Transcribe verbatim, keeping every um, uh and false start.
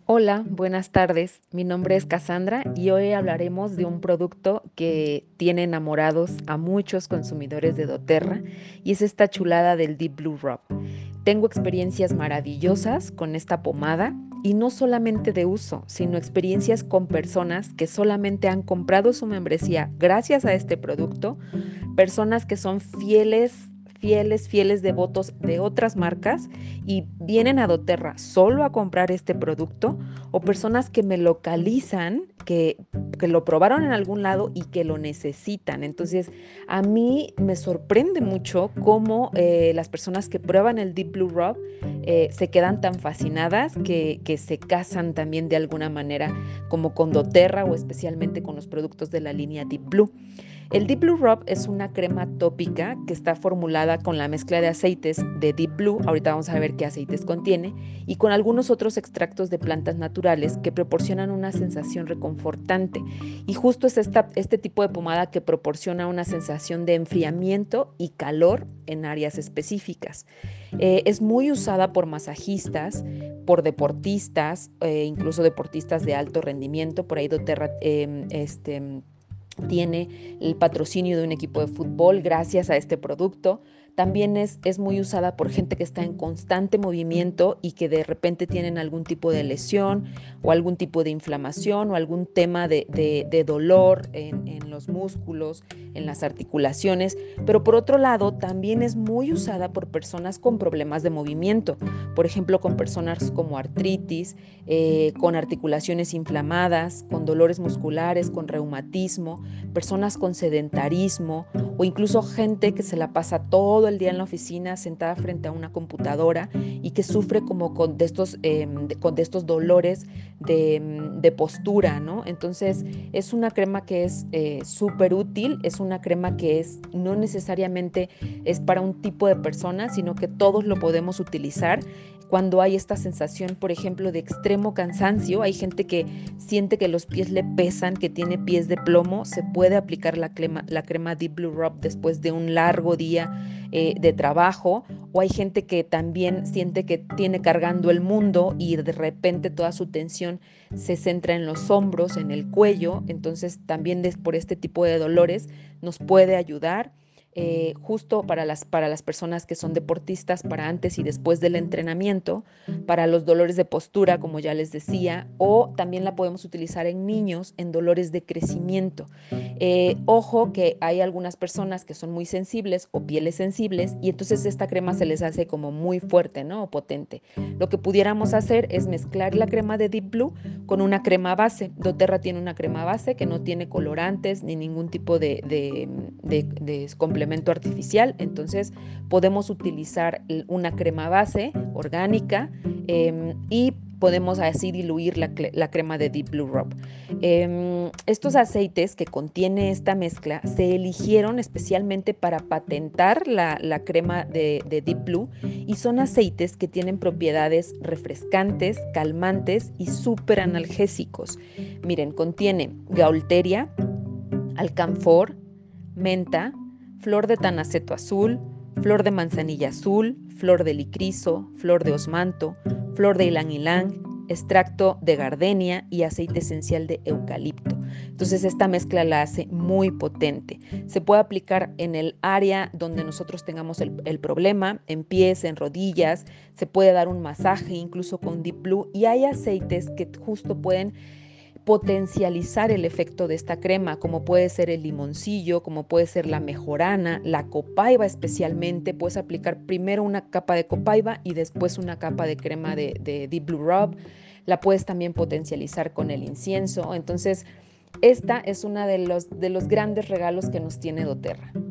Hola, buenas tardes. Mi nombre es Cassandra y hoy hablaremos de un producto que tiene enamorados a muchos consumidores de doTERRA y es esta chulada del Deep Blue Rub. Tengo experiencias maravillosas con esta pomada y no solamente de uso, sino experiencias con personas que solamente han comprado su membresía gracias a este producto, personas que son fieles, fieles, fieles devotos de otras marcas y vienen a doTERRA solo a comprar este producto, o personas que me localizan, que, que lo probaron en algún lado y que lo necesitan. Entonces, a mí me sorprende mucho cómo eh, las personas que prueban el Deep Blue Rub eh, se quedan tan fascinadas que, que se casan también de alguna manera como con doTERRA o especialmente con los productos de la línea Deep Blue. El Deep Blue Rub es una crema tópica que está formulada con la mezcla de aceites de Deep Blue, ahorita vamos a ver qué aceites contiene, y con algunos otros extractos de plantas naturales que proporcionan una sensación reconfortante. Y justo es esta, este tipo de pomada que proporciona una sensación de enfriamiento y calor en áreas específicas. Eh, es muy usada por masajistas, por deportistas, eh, incluso deportistas de alto rendimiento. Por ahí doTERRA eh, este, tiene el patrocinio de un equipo de fútbol gracias a este producto. También es, es muy usada por gente que está en constante movimiento y que de repente tienen algún tipo de lesión o algún tipo de inflamación o algún tema de, de, de dolor en, en los músculos, en las articulaciones. Pero por otro lado, también es muy usada por personas con problemas de movimiento, por ejemplo, con personas como artritis, eh, con articulaciones inflamadas, con dolores musculares, con reumatismo, personas con sedentarismo o incluso gente que se la pasa todo el día en la oficina sentada frente a una computadora y que sufre como con de estos, eh, de, con de estos dolores de, de, postura, ¿no? Entonces es una crema que es eh, súper útil, es una crema que es no necesariamente es para un tipo de persona, sino que todos lo podemos utilizar cuando hay esta sensación, por ejemplo, de extremo cansancio. Hay gente que siente que los pies le pesan, que tiene pies de plomo. Se puede aplicar la crema, la crema Deep Blue Rub después de un largo día eh, de trabajo. O hay gente que también siente que tiene cargando el mundo y de repente toda su tensión se centra en los hombros, en el cuello. Entonces también por este tipo de dolores nos puede ayudar. Eh, justo para las, para las personas que son deportistas, para antes y después del entrenamiento, para los dolores de postura, como ya les decía, o también la podemos utilizar en niños en dolores de crecimiento. Eh, ojo que hay algunas personas que son muy sensibles o pieles sensibles y entonces esta crema se les hace como muy fuerte, ¿no? O potente. Lo que pudiéramos hacer es mezclar la crema de Deep Blue con una crema base. doTERRA tiene una crema base que no tiene colorantes ni ningún tipo de, de, de, de complemento artificial, entonces podemos utilizar una crema base orgánica eh, y podemos así diluir la, la, crema de Deep Blue Rub. Eh, estos aceites que contiene esta mezcla se eligieron especialmente para patentar la, la crema de, de Deep Blue y son aceites que tienen propiedades refrescantes, calmantes y súper analgésicos. Miren, contiene gaulteria, alcanfor, menta, flor de tanaceto azul, flor de manzanilla azul, flor de licrizo, flor de osmanto, flor de ylang ylang, extracto de gardenia y aceite esencial de eucalipto. Entonces esta mezcla la hace muy potente. Se puede aplicar en el área donde nosotros tengamos el, el problema, en pies, en rodillas, se puede dar un masaje incluso con Deep Blue y hay aceites que justo pueden potencializar el efecto de esta crema, como puede ser el limoncillo, como puede ser la mejorana, la copaiba especialmente. Puedes aplicar primero una capa de copaiba y después una capa de crema de, de Deep Blue Rub. La puedes también potencializar con el incienso. Entonces, esta es una de los, de los grandes regalos que nos tiene doTERRA.